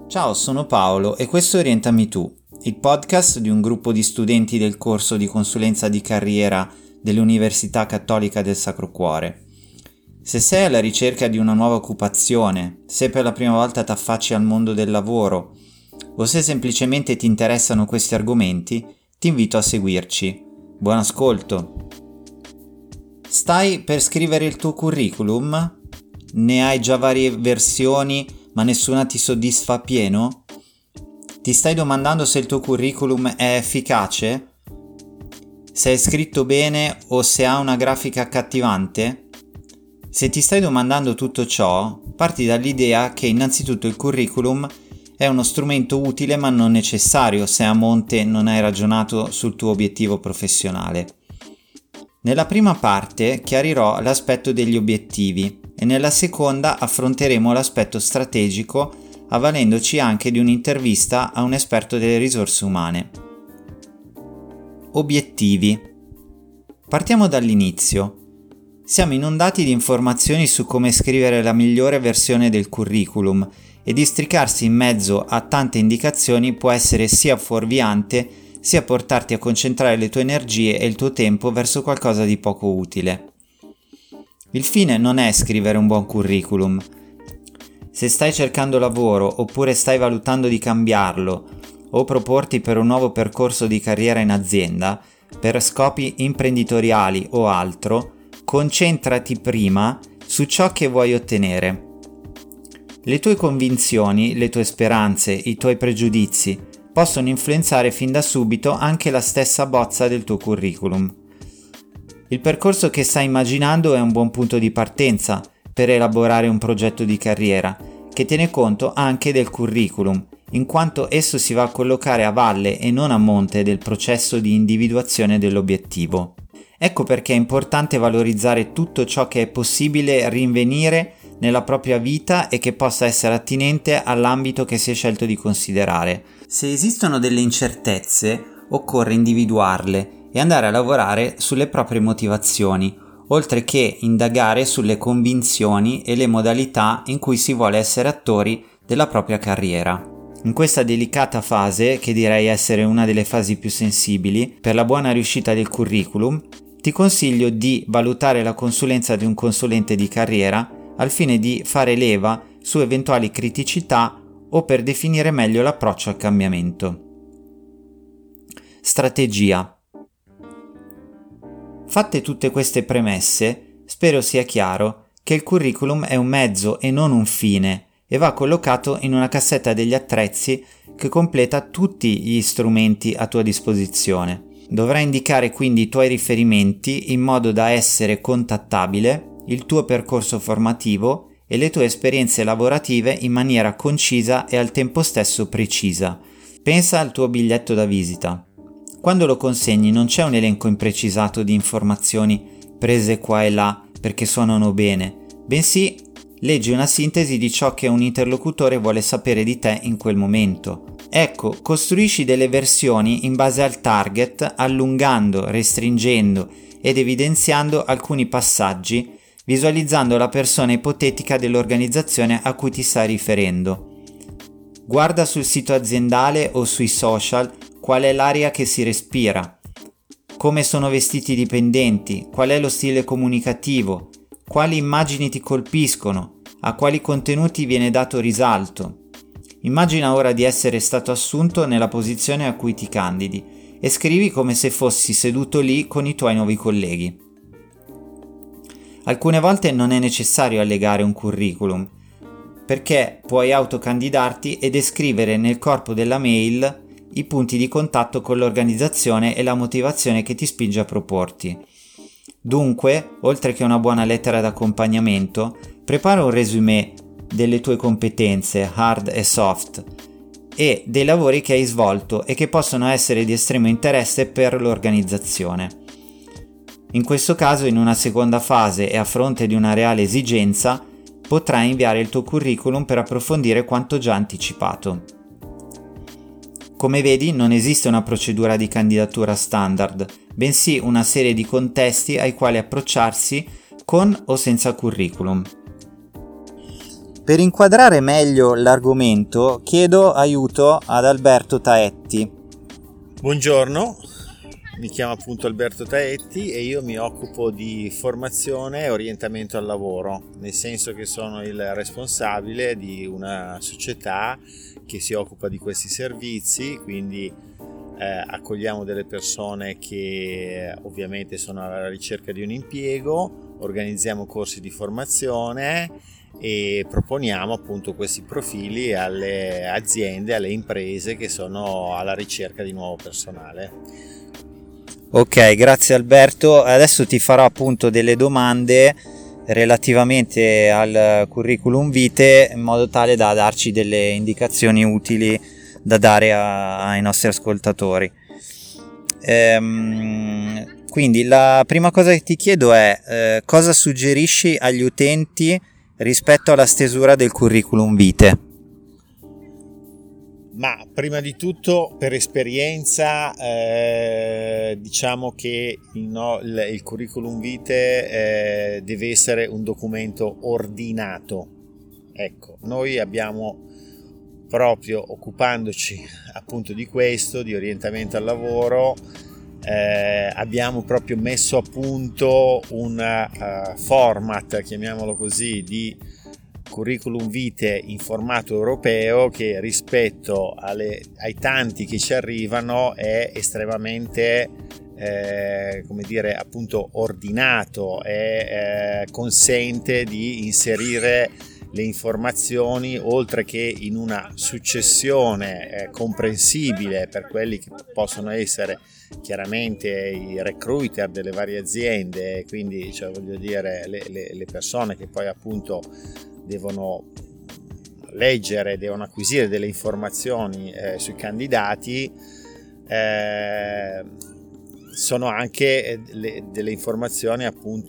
Ciao, sono Paolo e questo è Orientami Tu, il podcast di un gruppo di studenti del corso di consulenza di carriera dell'Università Cattolica del Sacro Cuore. Se sei alla ricerca di una nuova occupazione, se per la prima volta ti affacci al mondo del lavoro o se semplicemente ti interessano questi argomenti, ti invito a seguirci. Buon ascolto! Stai per scrivere il tuo curriculum? Ne hai già varie versioni, ma nessuna ti soddisfa appieno? Ti stai domandando se il tuo curriculum è efficace? Se è scritto bene o se ha una grafica accattivante? Se ti stai domandando tutto ciò, parti dall'idea che innanzitutto il curriculum è uno strumento utile ma non necessario se a monte non hai ragionato sul tuo obiettivo professionale. Nella prima parte chiarirò l'aspetto degli obiettivi e nella seconda affronteremo l'aspetto strategico avvalendoci anche di un'intervista a un esperto delle risorse umane. Obiettivi. Partiamo dall'inizio. Siamo inondati di informazioni su come scrivere la migliore versione del curriculum e districarsi in mezzo a tante indicazioni può essere sia fuorviante sia portarti a concentrare le tue energie e il tuo tempo verso qualcosa di poco utile. Il fine non è scrivere un buon curriculum. Se stai cercando lavoro oppure stai valutando di cambiarlo o proporti per un nuovo percorso di carriera in azienda, per scopi imprenditoriali o altro, concentrati prima su ciò che vuoi ottenere. Le tue convinzioni, le tue speranze, i tuoi pregiudizi possono influenzare fin da subito anche la stessa bozza del tuo curriculum. Il percorso che stai immaginando è un buon punto di partenza per elaborare un progetto di carriera che tiene conto anche del curriculum, in quanto esso si va a collocare a valle e non a monte del processo di individuazione dell'obiettivo. Ecco perché è importante valorizzare tutto ciò che è possibile rinvenire nella propria vita e che possa essere attinente all'ambito che si è scelto di considerare. Se esistono delle incertezze, occorre individuarle e andare a lavorare sulle proprie motivazioni, oltre che indagare sulle convinzioni e le modalità in cui si vuole essere attori della propria carriera. In questa delicata fase, che direi essere una delle fasi più sensibili per la buona riuscita del curriculum, ti consiglio di valutare la consulenza di un consulente di carriera al fine di fare leva su eventuali criticità o per definire meglio l'approccio al cambiamento. Strategia. Fatte tutte queste premesse, spero sia chiaro che il curriculum è un mezzo e non un fine e va collocato in una cassetta degli attrezzi che completa tutti gli strumenti a tua disposizione. Dovrai indicare quindi i tuoi riferimenti in modo da essere contattabile, il tuo percorso formativo e le tue esperienze lavorative in maniera concisa e al tempo stesso precisa. Pensa al tuo biglietto da visita. Quando lo consegni non c'è un elenco imprecisato di informazioni prese qua e là perché suonano bene, bensì leggi una sintesi di ciò che un interlocutore vuole sapere di te in quel momento. Ecco, costruisci delle versioni in base al target, allungando, restringendo ed evidenziando alcuni passaggi, visualizzando la persona ipotetica dell'organizzazione a cui ti stai riferendo. Guarda sul sito aziendale o sui social qual è l'aria che si respira, come sono vestiti i dipendenti, qual è lo stile comunicativo, quali immagini ti colpiscono, a quali contenuti viene dato risalto. Immagina ora di essere stato assunto nella posizione a cui ti candidi e scrivi come se fossi seduto lì con i tuoi nuovi colleghi. Alcune volte non è necessario allegare un curriculum, perché puoi autocandidarti e descrivere nel corpo della mail i punti di contatto con l'organizzazione e la motivazione che ti spinge a proporti. Dunque, oltre che una buona lettera d'accompagnamento, prepara un résumé delle tue competenze, hard e soft, e dei lavori che hai svolto e che possono essere di estremo interesse per l'organizzazione. In questo caso, in una seconda fase e a fronte di una reale esigenza, potrai inviare il tuo curriculum per approfondire quanto già anticipato. Come vedi, non esiste una procedura di candidatura standard, bensì una serie di contesti ai quali approcciarsi con o senza curriculum. Per inquadrare meglio l'argomento chiedo aiuto ad Alberto Taetti. Buongiorno, mi chiamo appunto Alberto Taetti e io mi occupo di formazione e orientamento al lavoro, nel senso che sono il responsabile di una società che si occupa di questi servizi, quindi accogliamo delle persone che ovviamente sono alla ricerca di un impiego, organizziamo corsi di formazione e proponiamo appunto questi profili alle aziende, alle imprese che sono alla ricerca di nuovo personale. Ok, grazie Alberto. Adesso ti farò appunto delle domande relativamente al curriculum vitae in modo tale da darci delle indicazioni utili da dare ai nostri ascoltatori. Quindi la prima cosa che ti chiedo è cosa suggerisci agli utenti rispetto alla stesura del curriculum vitae? Ma prima di tutto, per esperienza, diciamo che il curriculum vitae deve essere un documento ordinato. Ecco, noi abbiamo proprio, occupandoci appunto di questo, di orientamento al lavoro, abbiamo proprio messo a punto un format, chiamiamolo così, di curriculum vitae in formato europeo che rispetto ai tanti che ci arrivano è estremamente appunto ordinato e consente di inserire le informazioni oltre che in una successione comprensibile per quelli che possono essere chiaramente i recruiter delle varie aziende, quindi le persone che poi appunto devono leggere, devono acquisire delle informazioni sui candidati, sono anche delle informazioni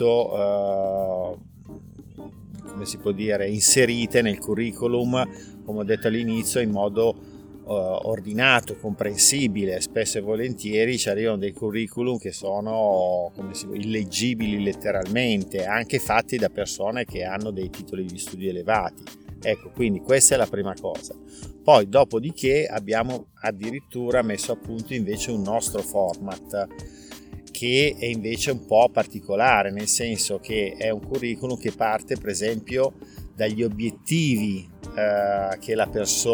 appunto come si può dire, inserite nel curriculum, come ho detto all'inizio, in modo ordinato, comprensibile. Spesso e volentieri ci arrivano dei curriculum che sono illeggibili letteralmente, anche fatti da persone che hanno dei titoli di studio elevati. Ecco, quindi questa è la prima cosa. Poi dopodiché abbiamo addirittura messo a punto invece un nostro format che è invece un po' particolare, nel senso che è un curriculum che parte per esempio dagli obiettivi che la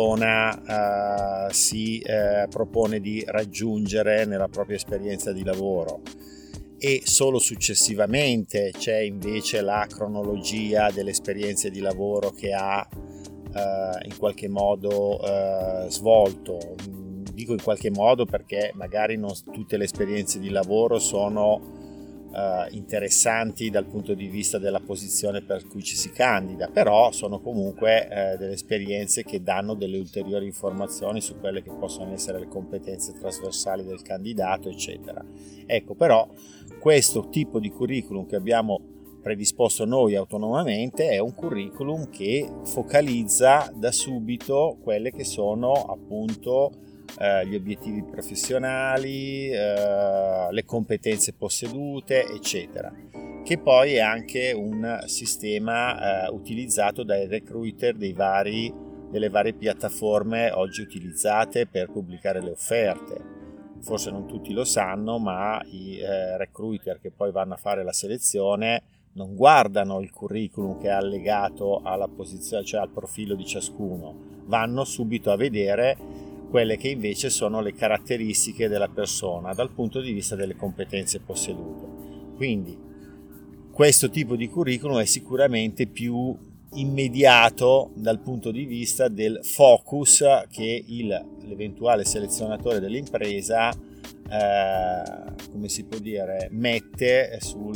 persona si propone di raggiungere nella propria esperienza di lavoro, e solo successivamente c'è invece la cronologia delle esperienze di lavoro che ha in qualche modo svolto. Dico in qualche modo perché magari non tutte le esperienze di lavoro sono interessanti dal punto di vista della posizione per cui ci si candida, però sono comunque delle esperienze che danno delle ulteriori informazioni su quelle che possono essere le competenze trasversali del candidato, eccetera. Ecco, però questo tipo di curriculum che abbiamo predisposto noi autonomamente è un curriculum che focalizza da subito quelle che sono appunto gli obiettivi professionali, le competenze possedute, eccetera, che poi è anche un sistema utilizzato dai recruiter delle varie piattaforme oggi utilizzate per pubblicare le offerte. Forse non tutti lo sanno, ma i recruiter che poi vanno a fare la selezione non guardano il curriculum che è allegato alla posizione, cioè al profilo di ciascuno, vanno subito a vedere quelle che invece sono le caratteristiche della persona dal punto di vista delle competenze possedute. Quindi questo tipo di curriculum è sicuramente più immediato dal punto di vista del focus che l'eventuale selezionatore dell'impresa come si può dire, mette sul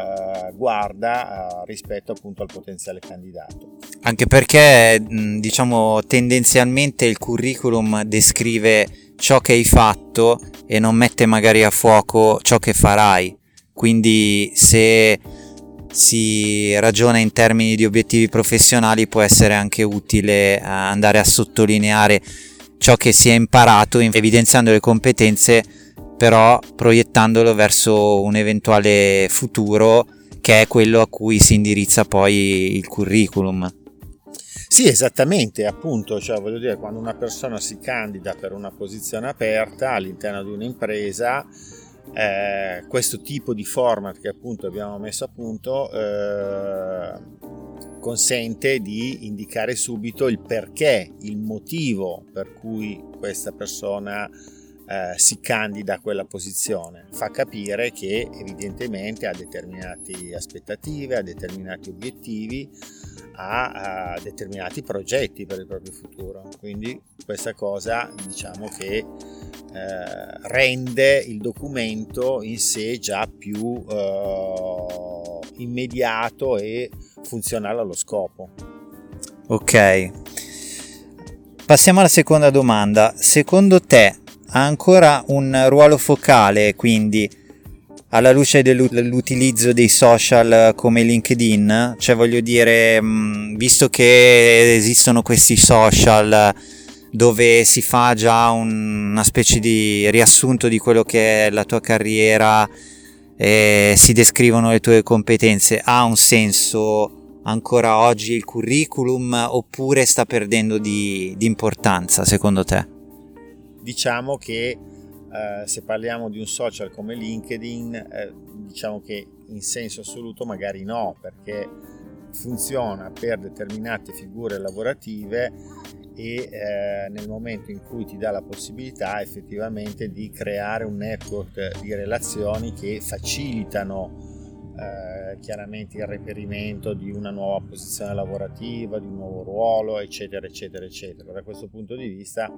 guarda rispetto appunto al potenziale candidato. Anche perché diciamo tendenzialmente il curriculum descrive ciò che hai fatto e non mette magari a fuoco ciò che farai, quindi se si ragiona in termini di obiettivi professionali può essere anche utile andare a sottolineare ciò che si è imparato, evidenziando le competenze, però proiettandolo verso un eventuale futuro che è quello a cui si indirizza poi il curriculum. Sì, esattamente, appunto, cioè voglio dire, quando una persona si candida per una posizione aperta all'interno di un'impresa, questo tipo di format che appunto abbiamo messo a punto consente di indicare subito il perché, il motivo per cui questa persona si candida a quella posizione. Fa capire che evidentemente ha determinate aspettative, ha determinati obiettivi, ha determinati progetti per il proprio futuro. Quindi questa cosa, diciamo che rende il documento in sé già più immediato e funzionale allo scopo. Ok, passiamo alla seconda domanda. Secondo te ha ancora un ruolo focale, quindi alla luce dell'utilizzo dei social come LinkedIn? Cioè, voglio dire, visto che esistono questi social dove si fa già una specie di riassunto di quello che è la tua carriera e si descrivono le tue competenze, ha un senso ancora oggi il curriculum oppure sta perdendo di importanza secondo te? Diciamo che se parliamo di un social come LinkedIn, diciamo che in senso assoluto magari no, perché funziona per determinate figure lavorative e nel momento in cui ti dà la possibilità effettivamente di creare un network di relazioni che facilitano chiaramente il reperimento di una nuova posizione lavorativa, di un nuovo ruolo, eccetera eccetera eccetera. Da questo punto di vista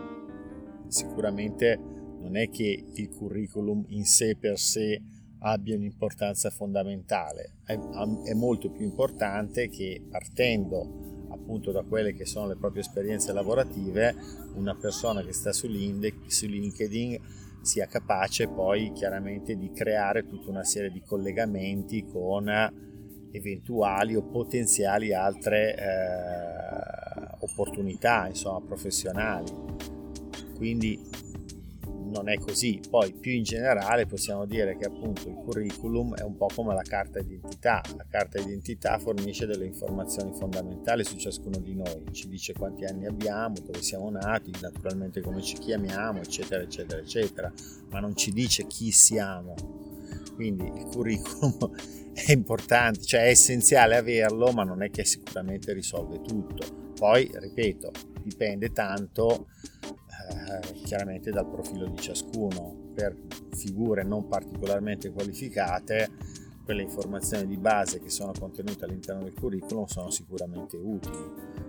sicuramente non è che il curriculum in sé per sé abbia un'importanza fondamentale, è molto più importante che, partendo appunto da quelle che sono le proprie esperienze lavorative, una persona che sta su LinkedIn sia capace poi chiaramente di creare tutta una serie di collegamenti con eventuali o potenziali altre opportunità, insomma, professionali. Quindi non è così. Poi più in generale possiamo dire che appunto il curriculum è un po' come la carta d'identità. La carta d'identità fornisce delle informazioni fondamentali su ciascuno di noi, ci dice quanti anni abbiamo, dove siamo nati, naturalmente come ci chiamiamo, eccetera eccetera eccetera, ma non ci dice chi siamo. Quindi il curriculum è importante, cioè è essenziale averlo, ma non è che sicuramente risolve tutto. Poi, ripeto, dipende tanto chiaramente dal profilo di ciascuno. Per figure non particolarmente qualificate, quelle informazioni di base che sono contenute all'interno del curriculum sono sicuramente utili,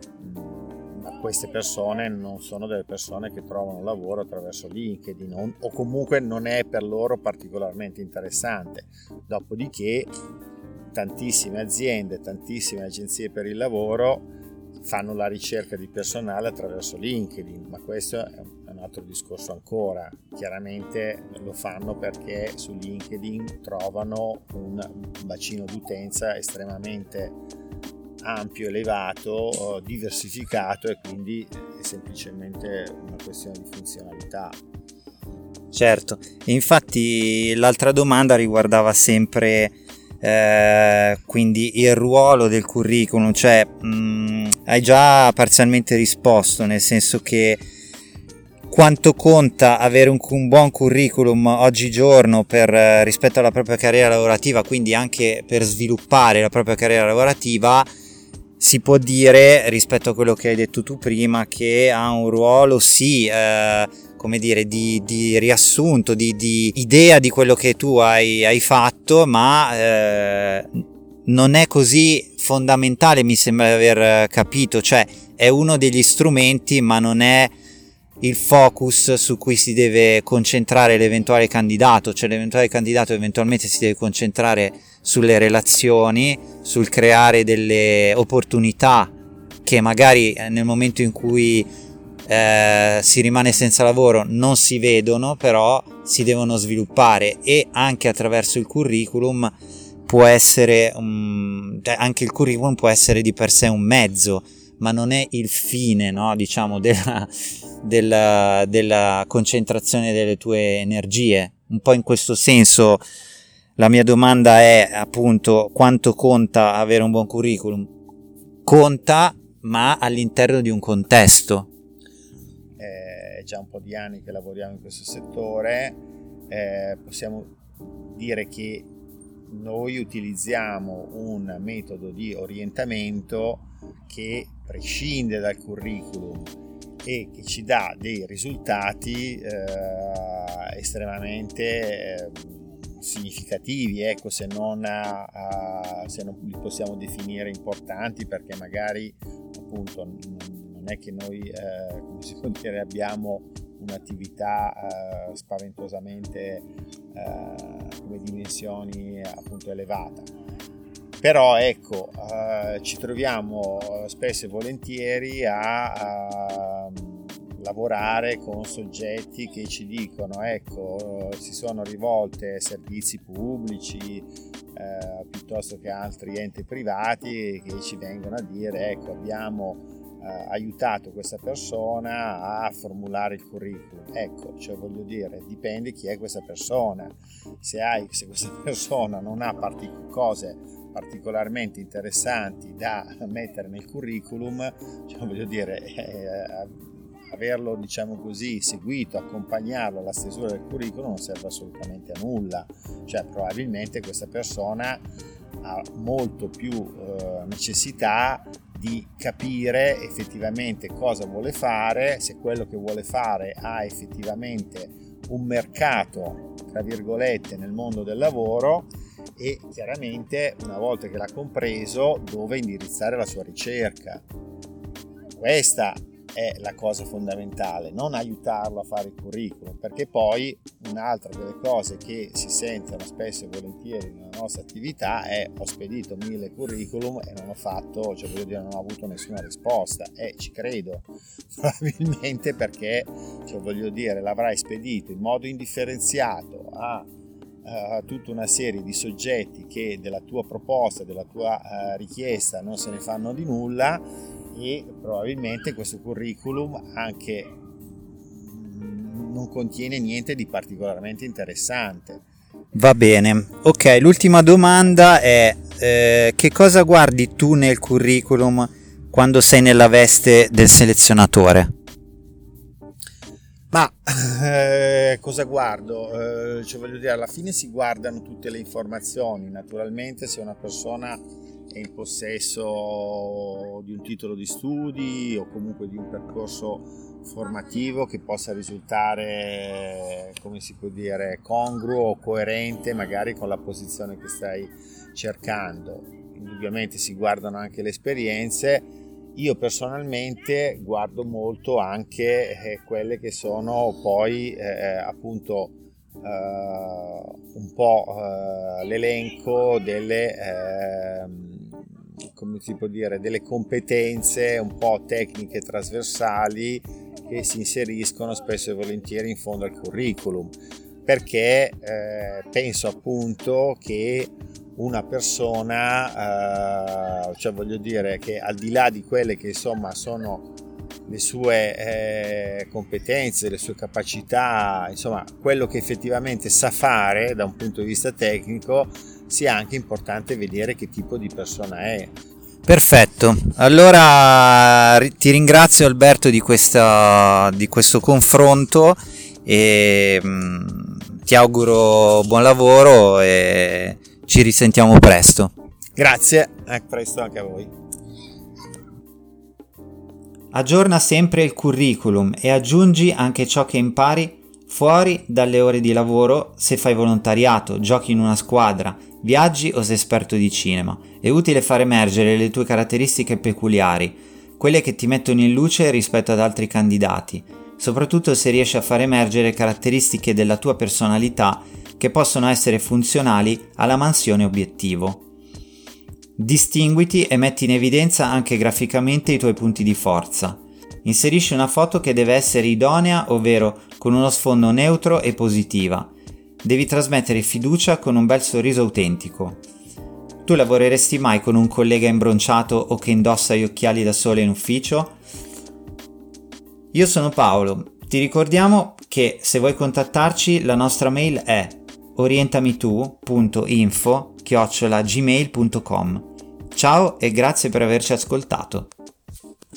ma queste persone non sono delle persone che trovano lavoro attraverso LinkedIn o comunque non è per loro particolarmente interessante. Dopodiché tantissime aziende, tantissime agenzie per il lavoro fanno la ricerca di personale attraverso LinkedIn, ma questo è un altro discorso ancora. Chiaramente lo fanno perché su LinkedIn trovano un bacino d'utenza estremamente ampio, elevato, diversificato, e quindi è semplicemente una questione di funzionalità. Certo, infatti l'altra domanda riguardava sempre quindi il ruolo del curriculum, cioè hai già parzialmente risposto, nel senso che quanto conta avere un buon curriculum oggigiorno rispetto alla propria carriera lavorativa, quindi anche per sviluppare la propria carriera lavorativa. Si può dire, rispetto a quello che hai detto tu prima, che ha un ruolo sì, come dire, di riassunto, di idea di quello che tu hai fatto, ma non è così fondamentale, mi sembra di aver capito. Cioè è uno degli strumenti, ma non è il focus su cui si deve concentrare l'eventuale candidato. Cioè l'eventuale candidato eventualmente si deve concentrare sulle relazioni, sul creare delle opportunità che magari nel momento in cui si rimane senza lavoro non si vedono, però si devono sviluppare, e anche attraverso il curriculum può essere anche il curriculum può essere di per sé un mezzo, ma non è il fine, no? Diciamo della concentrazione delle tue energie. Un po' in questo senso la mia domanda è appunto: quanto conta avere un buon curriculum? Conta, ma all'interno di un contesto. È già un po' di anni che lavoriamo in questo settore, possiamo dire che noi utilizziamo un metodo di orientamento che prescinde dal curriculum e che ci dà dei risultati estremamente significativi, ecco, se non li possiamo definire importanti, perché magari appunto non è che noi come si può dire, abbiamo un'attività spaventosamente come dimensioni appunto elevata, però ecco ci troviamo spesso e volentieri a lavorare con soggetti che ci dicono, ecco, si sono rivolte servizi pubblici piuttosto che altri enti privati che ci vengono a dire, ecco, abbiamo aiutato questa persona a formulare il curriculum. Ecco, cioè voglio dire, dipende chi è questa persona. Se questa persona non ha cose particolarmente interessanti da mettere nel curriculum, cioè voglio dire, averlo, diciamo così, seguito, accompagnarlo alla stesura del curriculum non serve assolutamente a nulla. Cioè probabilmente questa persona ha molto più necessità di capire effettivamente cosa vuole fare, se quello che vuole fare ha effettivamente un mercato, tra virgolette, nel mondo del lavoro, e chiaramente una volta che l'ha compreso dove indirizzare la sua ricerca. Questa è la cosa fondamentale, non aiutarlo a fare il curriculum, perché poi un'altra delle cose che si sentono spesso e volentieri nella nostra attività è: ho spedito 1000 curriculum e non ho fatto, cioè voglio dire, non ho avuto nessuna risposta, e ci credo, probabilmente perché, cioè voglio dire, l'avrai spedito in modo indifferenziato a tutta una serie di soggetti che della tua proposta, della tua richiesta non se ne fanno di nulla, e probabilmente questo curriculum anche non contiene niente di particolarmente interessante. Va bene, ok, l'ultima domanda è che cosa guardi tu nel curriculum quando sei nella veste del selezionatore? Ma cosa guardo? Cioè voglio dire, alla fine si guardano tutte le informazioni. Naturalmente, se una persona è in possesso di un titolo di studi o comunque di un percorso formativo che possa risultare, come si può dire, congruo o coerente magari con la posizione che stai cercando. Indubbiamente si guardano anche le esperienze. Io personalmente guardo molto anche quelle che sono poi appunto un po' l'elenco delle come si può dire, delle competenze un po' tecniche trasversali che si inseriscono spesso e volentieri in fondo al curriculum, perché penso appunto che una persona, cioè voglio dire che al di là di quelle che insomma sono le sue competenze, le sue capacità, insomma quello che effettivamente sa fare da un punto di vista tecnico, sia anche importante vedere che tipo di persona è. Perfetto, allora ti ringrazio Alberto di questo confronto e ti auguro buon lavoro e ci risentiamo presto. Grazie, a presto anche a voi. Aggiorna sempre il curriculum e aggiungi anche ciò che impari fuori dalle ore di lavoro, se fai volontariato, giochi in una squadra, viaggi o sei esperto di cinema. È utile far emergere le tue caratteristiche peculiari, quelle che ti mettono in luce rispetto ad altri candidati, soprattutto se riesci a far emergere caratteristiche della tua personalità che possono essere funzionali alla mansione obiettivo. Distinguiti e metti in evidenza anche graficamente i tuoi punti di forza. Inserisci una foto che deve essere idonea, ovvero con uno sfondo neutro e positiva. Devi trasmettere fiducia con un bel sorriso autentico. Tu lavoreresti mai con un collega imbronciato o che indossa gli occhiali da sole in ufficio? Io sono Paolo. Ti ricordiamo che se vuoi contattarci la nostra mail è orientamitu.info@gmail.com. Ciao e grazie per averci ascoltato.